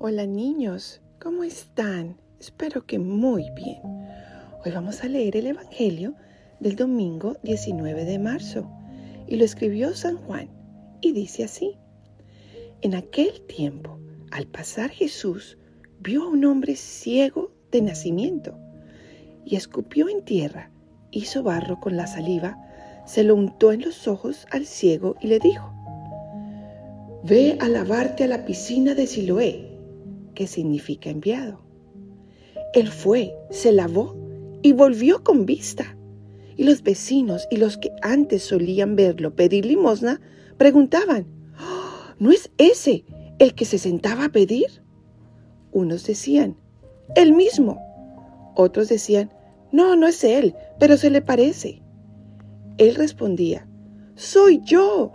Hola niños, ¿cómo están? Espero que muy bien. Hoy vamos a leer el Evangelio del domingo 19 de marzo y lo escribió San Juan y dice así: En aquel tiempo, al pasar Jesús, vio a un hombre ciego de nacimiento y escupió en tierra, hizo barro con la saliva, se lo untó en los ojos al ciego y le dijo: Ve a lavarte a la piscina de Siloé, que significa enviado. Él fue, se lavó y volvió con vista. Y los vecinos y los que antes solían verlo pedir limosna preguntaban: ¿No es ese el que se sentaba a pedir? Unos decían: él mismo. Otros decían: no es él, pero se le parece. Él respondía: soy yo.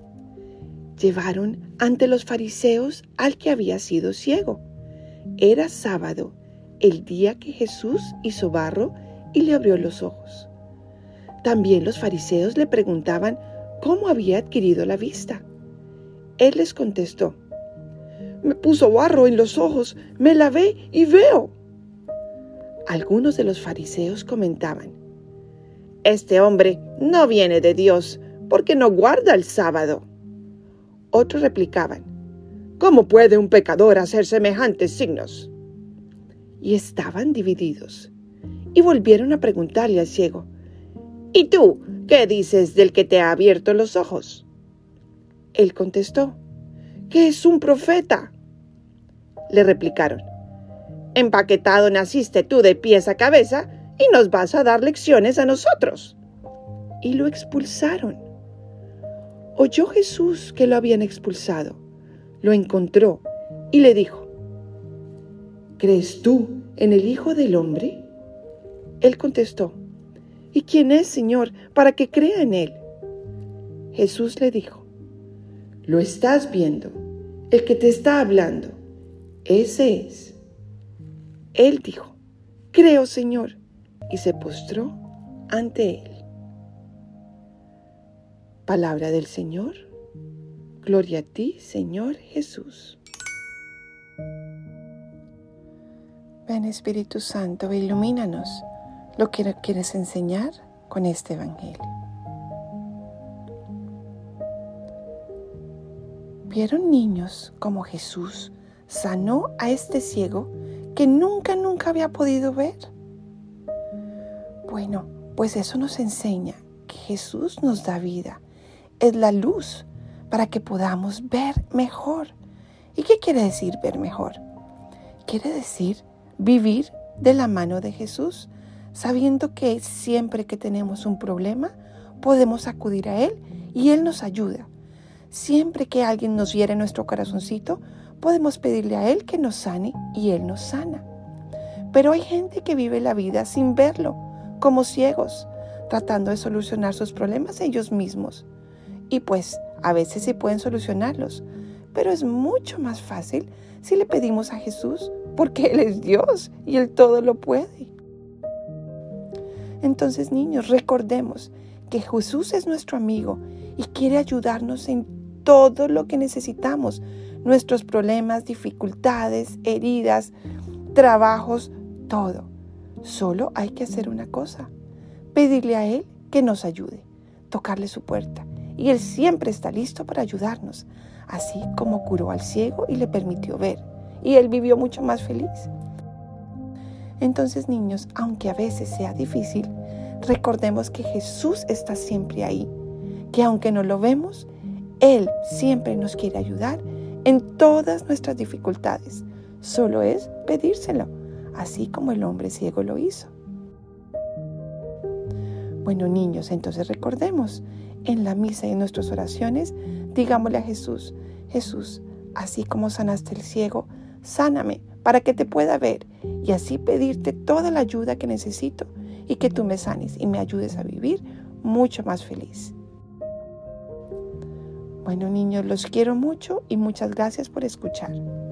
Llevaron ante los fariseos al que había sido ciego. Era sábado, el día que Jesús hizo barro y le abrió los ojos. También los fariseos le preguntaban cómo había adquirido la vista. Él les contestó: me puso barro en los ojos, me lavé y veo. Algunos de los fariseos comentaban: este hombre no viene de Dios porque no guarda el sábado. Otros replicaban: ¿cómo puede un pecador hacer semejantes signos? Y estaban divididos. Y volvieron a preguntarle al ciego: ¿y tú qué dices del que te ha abierto los ojos? Él contestó: que es un profeta. Le replicaron: empaquetado naciste tú de pies a cabeza y nos vas a dar lecciones a nosotros. Y lo expulsaron. Oyó Jesús que lo habían expulsado, lo encontró y le dijo: ¿crees tú en el Hijo del Hombre? Él contestó: ¿y quién es, Señor, para que crea en él? Jesús le dijo: lo estás viendo, el que te está hablando, ese es. Él dijo: creo, Señor, y se postró ante él. Palabra del Señor. Gloria a ti, Señor Jesús. Ven, Espíritu Santo, ilumínanos lo que quieres enseñar con este Evangelio. ¿Vieron, niños, cómo Jesús sanó a este ciego que nunca había podido ver? Bueno, pues eso nos enseña que Jesús nos da vida. Es la luz para que podamos ver mejor. ¿Y qué quiere decir ver mejor? Quiere decir vivir de la mano de Jesús, sabiendo que siempre que tenemos un problema, podemos acudir a Él y Él nos ayuda. Siempre que alguien nos hiere nuestro corazoncito, podemos pedirle a Él que nos sane y Él nos sana. Pero hay gente que vive la vida sin verlo, como ciegos, tratando de solucionar sus problemas ellos mismos. Y pues a veces sí pueden solucionarlos, pero es mucho más fácil si le pedimos a Jesús, porque Él es Dios y Él todo lo puede. Entonces, niños, recordemos que Jesús es nuestro amigo y quiere ayudarnos en todo lo que necesitamos, nuestros problemas, dificultades, heridas, trabajos, todo. Solo hay que hacer una cosa: pedirle a Él que nos ayude, tocarle su puerta. Y Él siempre está listo para ayudarnos, así como curó al ciego y le permitió ver. Y Él vivió mucho más feliz. Entonces, niños, aunque a veces sea difícil, recordemos que Jesús está siempre ahí, que aunque no lo vemos, Él siempre nos quiere ayudar en todas nuestras dificultades. Solo es pedírselo, así como el hombre ciego lo hizo. Bueno, niños, entonces recordemos, en la misa y en nuestras oraciones, digámosle a Jesús: Jesús, así como sanaste al ciego, sáname para que te pueda ver y así pedirte toda la ayuda que necesito y que tú me sanes y me ayudes a vivir mucho más feliz. Bueno, niños, los quiero mucho y muchas gracias por escuchar.